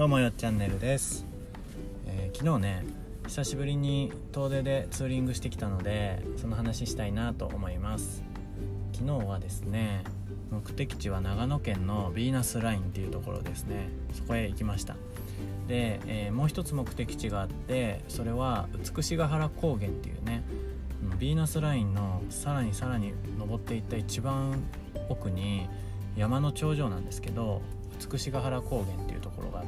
どうもよっチャンネルです。昨日ね久しぶりに遠出でツーリングしてきたのでその話したいなと思います。昨日はですね目的地は長野県のヴィーナスラインっていうところですね。そこへ行きました。で、もう一つ目的地があって、それは美ヶ原高原っていうねヴィーナスラインのさらに登っていった一番奥に山の頂上なんですけど、美ヶ原高原っていうところがあって、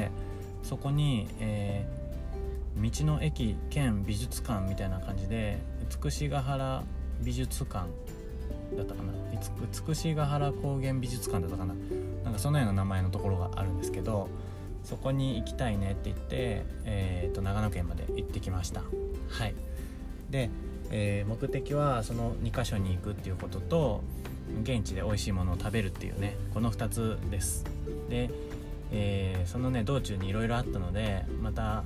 そこに、道の駅兼美術館みたいな感じで美ヶ原美術館だったかな、美ヶ原高原美術館だったかな、なんかそのような名前のところがあるんですけど、そこに行きたいねって言って、長野県まで行ってきました。はい。で、目的はその2カ所に行くっていうことと、現地で美味しいものを食べるっていうね、この2つです。で、そのね道中にいろいろあったので、また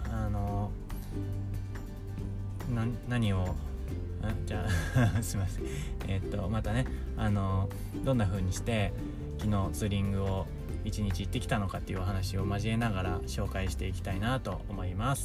何をじゃあすいません、またねどんな風にして昨日ツーリングを1日行ってきたのかっていうお話を交えながら紹介していきたいなと思います。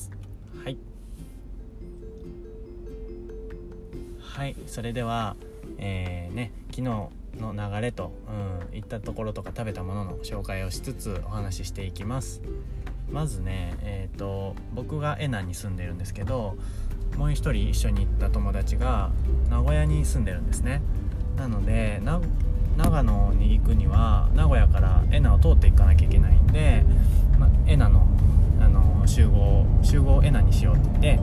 はい、それでは、昨日の流れと、行ったところとか食べたものの紹介をしつつお話ししていきます。まずね、僕が恵南に住んでるんですけど、もう一人一緒に行った友達が名古屋に住んでるんですね。なので長野に行くには名古屋から恵南を通っていかなきゃいけないんで、恵南の、集合恵南にしようって言って、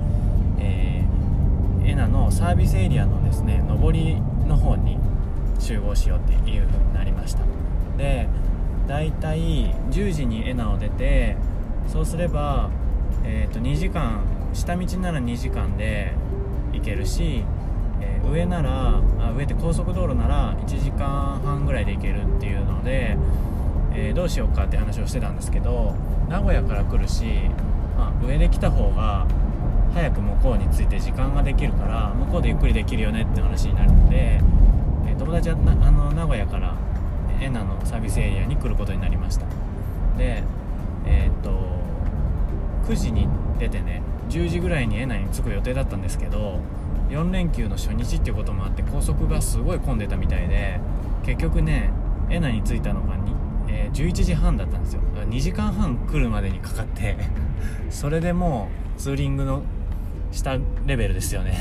恵南のサービスエリアのですね上りの方に集合しようっていう風になりました。で、だいたい10時に恵南を出て、そうすれば、2時間、下道なら2時間で行けるし、上で高速道路なら1時間半ぐらいで行けるっていうので、どうしようかって話をしてたんですけど、名古屋から来るし、上で来た方が早く向こうに着いて時間ができるから向こうでゆっくりできるよねって話になるので、友達は名古屋から恵南のサービスエリアに来ることになりました。で、9時に出てね10時ぐらいに恵南に着く予定だったんですけど、4連休の初日っていうこともあって高速がすごい混んでたみたいで、結局ね恵南に着いたのが11時半だったんですよ。2時間半来るまでにかかってそれでもうツーリングの下レベルですよね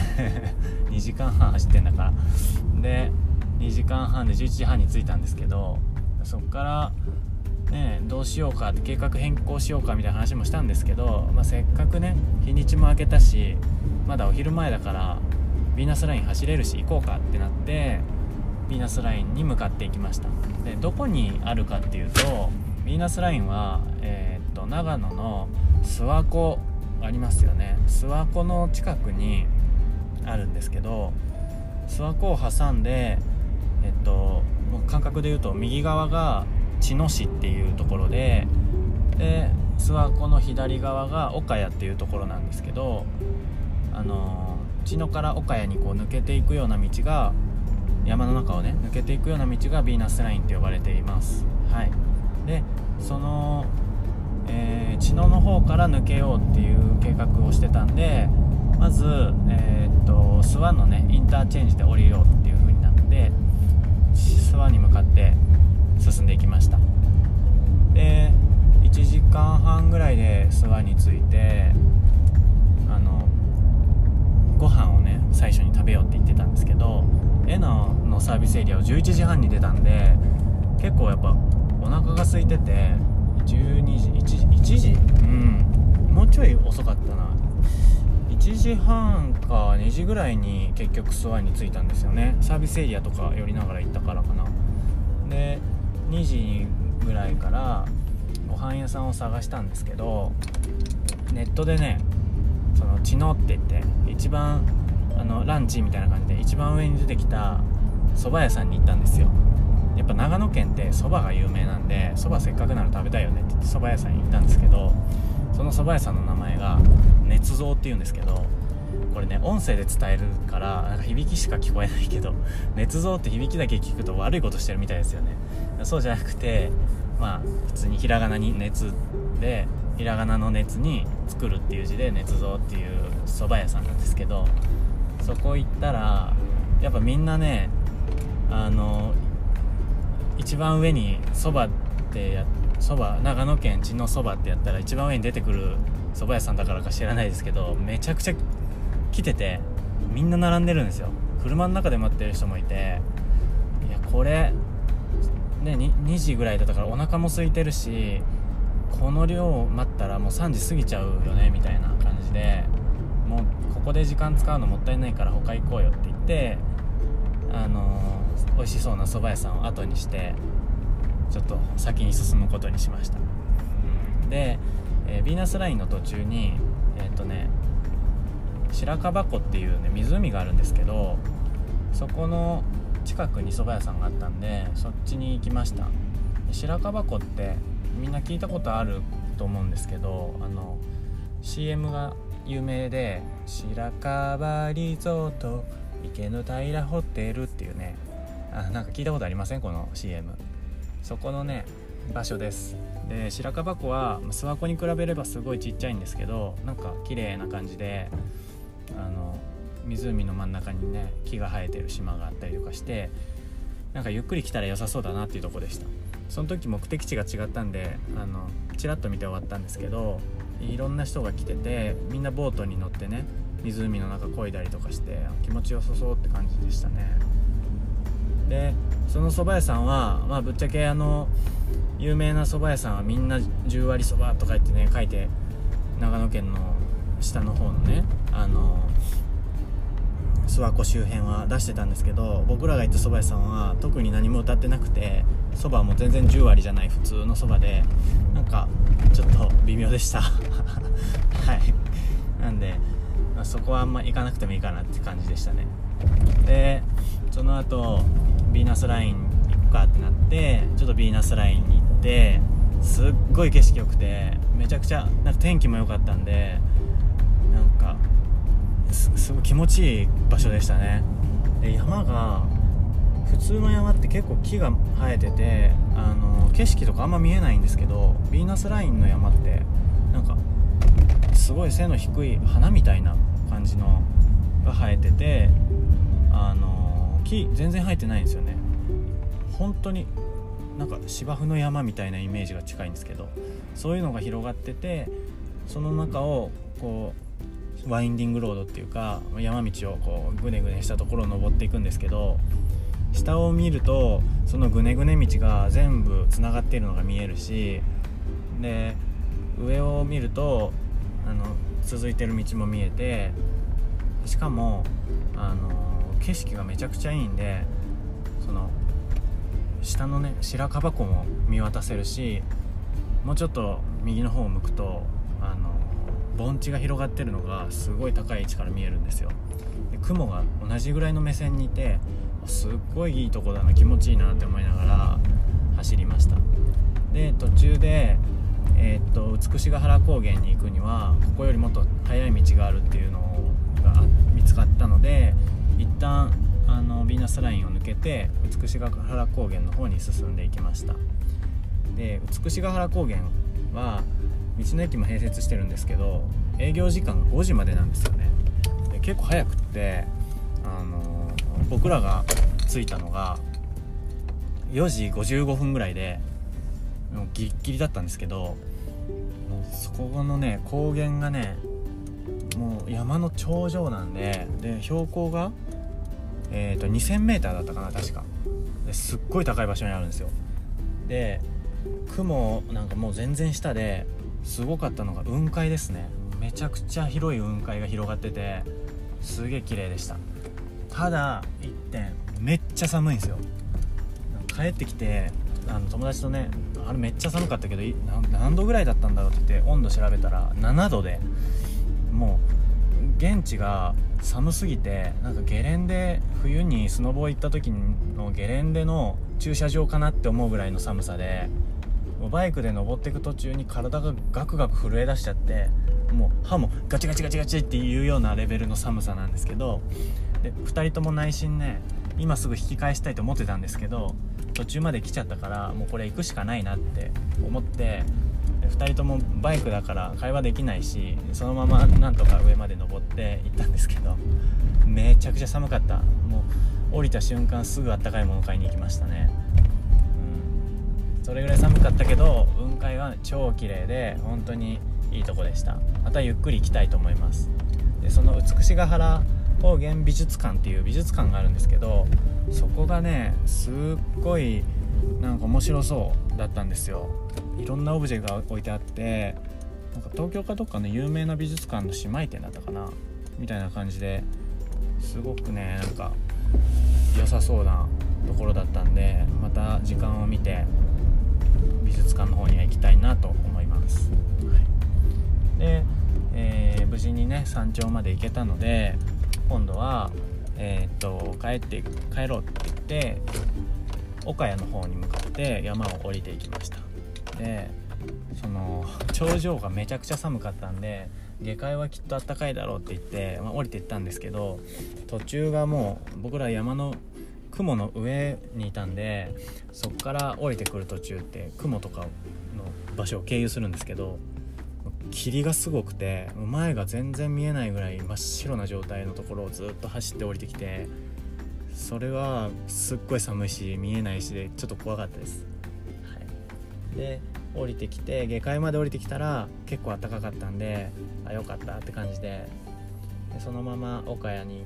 2時間半走ってんだから。で2時間半で11時半に着いたんですけど、そっからねどうしようかって計画変更しようかみたいな話もしたんですけど、せっかくね日にちも明けたしまだお昼前だからヴィーナスライン走れるし行こうかってなってヴィーナスラインに向かっていきました。で、どこにあるかっていうと、ヴィーナスラインは、長野の諏訪湖ありますよね。諏訪湖の近くにあるんですけど、諏訪湖を挟んで、もう感覚で言うと右側が茅野市っていうところで、諏訪湖の左側が岡谷っていうところなんですけど、茅野から岡谷にこう抜けていくような道が、山の中をね抜けていくような道がヴィーナスラインって呼ばれています。はい。で、その茅野の方から抜けようっていう計画をしてたんで、まず、諏訪のねインターチェンジで降りようっていう風になって諏訪に向かって進んでいきました。で、1時間半ぐらいで諏訪に着いて、ご飯をね最初に食べようって言ってたんですけど、恵南のサービスエリアを11時半に出たんで、結構やっぱお腹が空いてて、12時1時もうちょい遅かったな、1時半か2時ぐらいに結局諏訪に着いたんですよね。サービスエリアとか寄りながら行ったからかな。で、2時ぐらいからご飯屋さんを探したんですけど、ネットでねその茅野って言って一番ランチみたいな感じで一番上に出てきた蕎麦屋さんに行ったんですよ。やっぱ長野県って蕎麦が有名なんで、蕎麦せっかくなら食べたいよねって言って蕎麦屋さんに行ったんですけど、その蕎麦屋さんの名前が捏造っていうんですけど、これね音声で伝えるからなんか響きしか聞こえないけど、捏造って響きだけ聞くと悪いことしてるみたいですよね。そうじゃなくて、普通にひらがなに熱でひらがなの熱に作るっていう字で熱造っていう蕎麦屋さんなんですけど、そこ行ったらやっぱみんなね、一番上に蕎麦って長野県茅野蕎麦ってやったら一番上に出てくる蕎麦屋さんだからか知らないですけど、めちゃくちゃ来てて、みんな並んでるんですよ。車の中で待ってる人もいて、いやこれね 2時ぐらいだったからお腹も空いてるし、この量待ったらもう3時過ぎちゃうよねみたいな感じで、もうここで時間使うのもったいないから他行こうよって言って、美味しそうな蕎麦屋さんを後にしてちょっと先に進むことにしました。で、ヴィーナスラインの途中に白樺湖っていうね湖があるんですけど、そこの近くに蕎麦屋さんがあったんでそっちに行きました。白樺湖ってみんな聞いたことあると思うんですけど、CM が有名で、白樺リゾート池の平ホテルっていうね、なんか聞いたことありません？この CM。 そこのね場所です。で白樺湖は諏訪湖に比べればすごいちっちゃいんですけど、なんか綺麗な感じで、湖の真ん中にね木が生えてる島があったりとかして、なんかゆっくり来たら良さそうだなっていうところでした。その時目的地が違ったんでちらっと見て終わったんですけど、いろんな人が来てて、みんなボートに乗ってね湖の中漕いだりとかして気持ちよさそうって感じでしたね。でその蕎麦屋さんは、ぶっちゃけ有名な蕎麦屋さんはみんな10割蕎麦とか言ってね書いて、長野県の下の方のね諏訪湖周辺は出してたんですけど、僕らが行った蕎麦屋さんは特に何も歌ってなくて、蕎麦も全然10割じゃない普通の蕎麦で、なんかちょっと微妙でしたはいなんで、そこはあんま行かなくてもいいかなって感じでしたね。でその後ヴィーナスライン行くかってなって、ちょっとヴィーナスラインに行って、すっごい景色良くて、めちゃくちゃなんか天気も良かったんで、なんかすごい気持ちいい場所でしたね。で山が普通の山って結構木が生えてて景色とかあんま見えないんですけど、ヴィーナスラインの山ってなんかすごい背の低い花みたいな感じのが生えてて、木全然生えてないんですよね。本当になんか芝生の山みたいなイメージが近いんですけど、そういうのが広がってて、その中をこうワインディングロードっていうか山道をこうグネグネしたところを登っていくんですけど、下を見るとそのグネグネ道が全部つながっているのが見えるし、で上を見ると続いてる道も見えて、しかも景色がめちゃくちゃいいんで、その下のね白樺湖も見渡せるし、もうちょっと右の方を向くと盆地が広がってるのがすごい高い位置から見えるんですよ。で雲が同じぐらいの目線にいて、すっごいいいとこだな、気持ちいいなって思いながら走りました。で途中で美しが原高原に行くにはここよりもっと速い道があるっていうのが見つかったので、一旦ヴィーナスラインを抜けて美しが原高原の方に進んでいきました。で美しが原高原は道の駅も併設してるんですけど、営業時間が5時までなんですよね。で結構早くって、僕らが着いたのが4時55分ぐらいで、もうギリッギリだったんですけど、もうそこのね高原がねもう山の頂上なんで、標高が2000m だったかな確か。ですっごい高い場所にあるんですよ。で雲なんかもう全然下ですごかったのが雲海ですね。めちゃくちゃ広い雲海が広がっててすげえ綺麗でした。ただ一点めっちゃ寒いんですよ。帰ってきて友達とね、あれめっちゃ寒かったけど何度ぐらいだったんだろうって言って温度調べたら7度で、もう現地が寒すぎて、なんかゲレンデ、冬にスノボ行った時のゲレンデの駐車場かなって思うぐらいの寒さで、もうバイクで登っていく途中に体がガクガク震え出しちゃって、もう歯もガチガチガチガチっていうようなレベルの寒さなんですけど、で2人とも内心ね今すぐ引き返したいと思ってたんですけど、途中まで来ちゃったからもうこれ行くしかないなって思ってで2人ともバイクだから会話できないし、そのままなんとか上まで登って行ったんですけど、めちゃくちゃ寒かった。もう降りた瞬間すぐあったかいもの買いに行きましたね。それぐらい寒かったけど雲海は超綺麗で本当にいいとこでした。またゆっくり行きたいと思います。でその美ヶ原高原美術館っていう美術館があるんですけど、そこがねすっごいなんか面白そうだったんですよ。いろんなオブジェが置いてあって、なんか東京かどっかの有名な美術館の姉妹店だったかなみたいな感じで、すごくねなんか良さそうなところだったんで、また時間を見て美術館の方には行きたいなと思います。で、無事にね山頂まで行けたので、今度は帰ろうって言って岡谷の方に向かって山を降りていきました。でその頂上がめちゃくちゃ寒かったんで、下界はきっと暖かいだろうって言って、降りていったんですけど、途中がもう僕ら山の雲の上にいたんで、そっから降りてくる途中って雲とかの場所を経由するんですけど、霧がすごくて前が全然見えないぐらい真っ白な状態のところをずっと走って降りてきて、それはすっごい寒いし見えないしでちょっと怖かったです。で降りてきて下界まで降りてきたら結構暖かかったんで、よかったって感じで、そのまま岡谷に行って、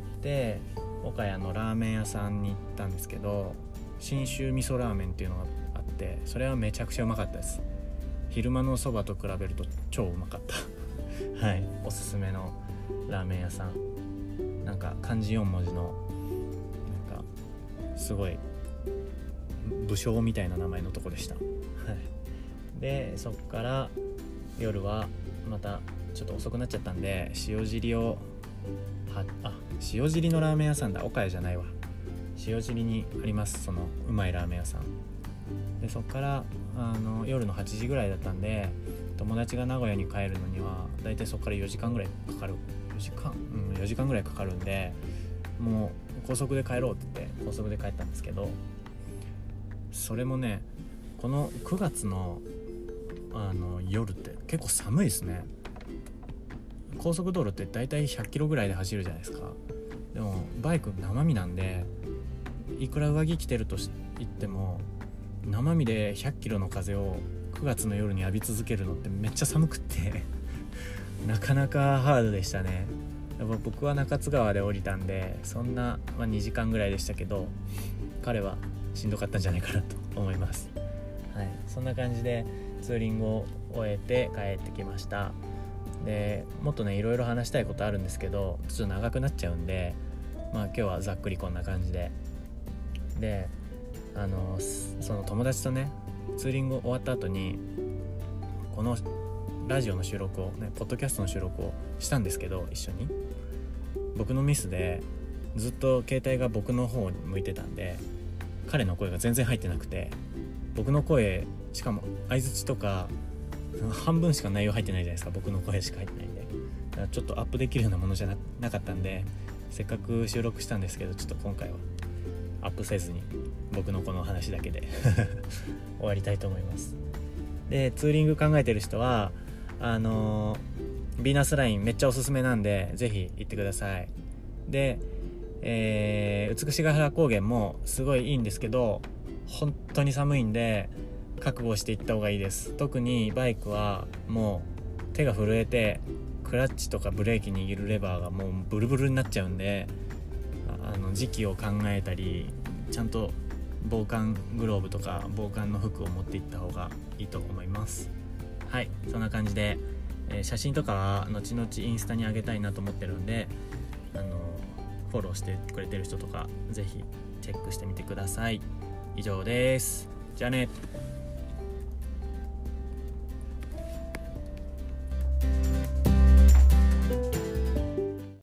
岡谷のラーメン屋さんに行ったんですけど、信州味噌ラーメンっていうのがあって、それはめちゃくちゃうまかったです。昼間のそばと比べると超うまかったはい、おすすめのラーメン屋さん、なんか漢字4文字のなんかすごい武将みたいな名前のとこでした。はい、でそっから夜はまたちょっと遅くなっちゃったんで、塩尻のラーメン屋さんだ、岡谷じゃないわ、塩尻にあります、そのうまいラーメン屋さんで、そっから夜の8時ぐらいだったんで、友達が名古屋に帰るのにはだいたいそっから4時間ぐらいかかる、4時間ぐらいかかるんで、もう高速で帰ろうって言って高速で帰ったんですけど、それもねこの9月の夜って結構寒いですね。高速道路ってだいたい100キロぐらいで走るじゃないですか。でもバイク生身なんで、いくら上着着てると言っても生身で100キロの風を9月の夜に浴び続けるのってめっちゃ寒くってなかなかハードでしたね。やっぱ僕は中津川で降りたんで、そんな、2時間ぐらいでしたけど、彼はしんどかったんじゃないかなと思います。はい、そんな感じでツーリングを終えて帰ってきました。でもっとねいろいろ話したいことあるんですけど、ちょっと長くなっちゃうんで、今日はざっくりこんな感じで、その友達とねツーリング終わった後にこのラジオの収録をね、ポッドキャストの収録をしたんですけど、一緒に僕のミスでずっと携帯が僕の方に向いてたんで、彼の声が全然入ってなくて、僕の声しかも相槌とか半分しか内容入ってないじゃないですか、僕の声しか入ってないんで。だからちょっとアップできるようなものじゃ なかったんで、せっかく収録したんですけど、ちょっと今回はアップせずに僕のこの話だけで終わりたいと思います。でツーリング考えてる人はヴィーナスラインめっちゃおすすめなんで、ぜひ行ってください。で、美ヶ原高原もすごいいいんですけど、本当に寒いんで覚悟していった方がいいです。特にバイクはもう手が震えて、クラッチとかブレーキ握るレバーがもうブルブルになっちゃうんで、時期を考えたり、ちゃんと防寒グローブとか防寒の服を持っていった方がいいと思います。はい、そんな感じで、写真とかは後々インスタに上げたいなと思ってるんで、フォローしてくれてる人とかぜひチェックしてみてください。以上です。じゃあね。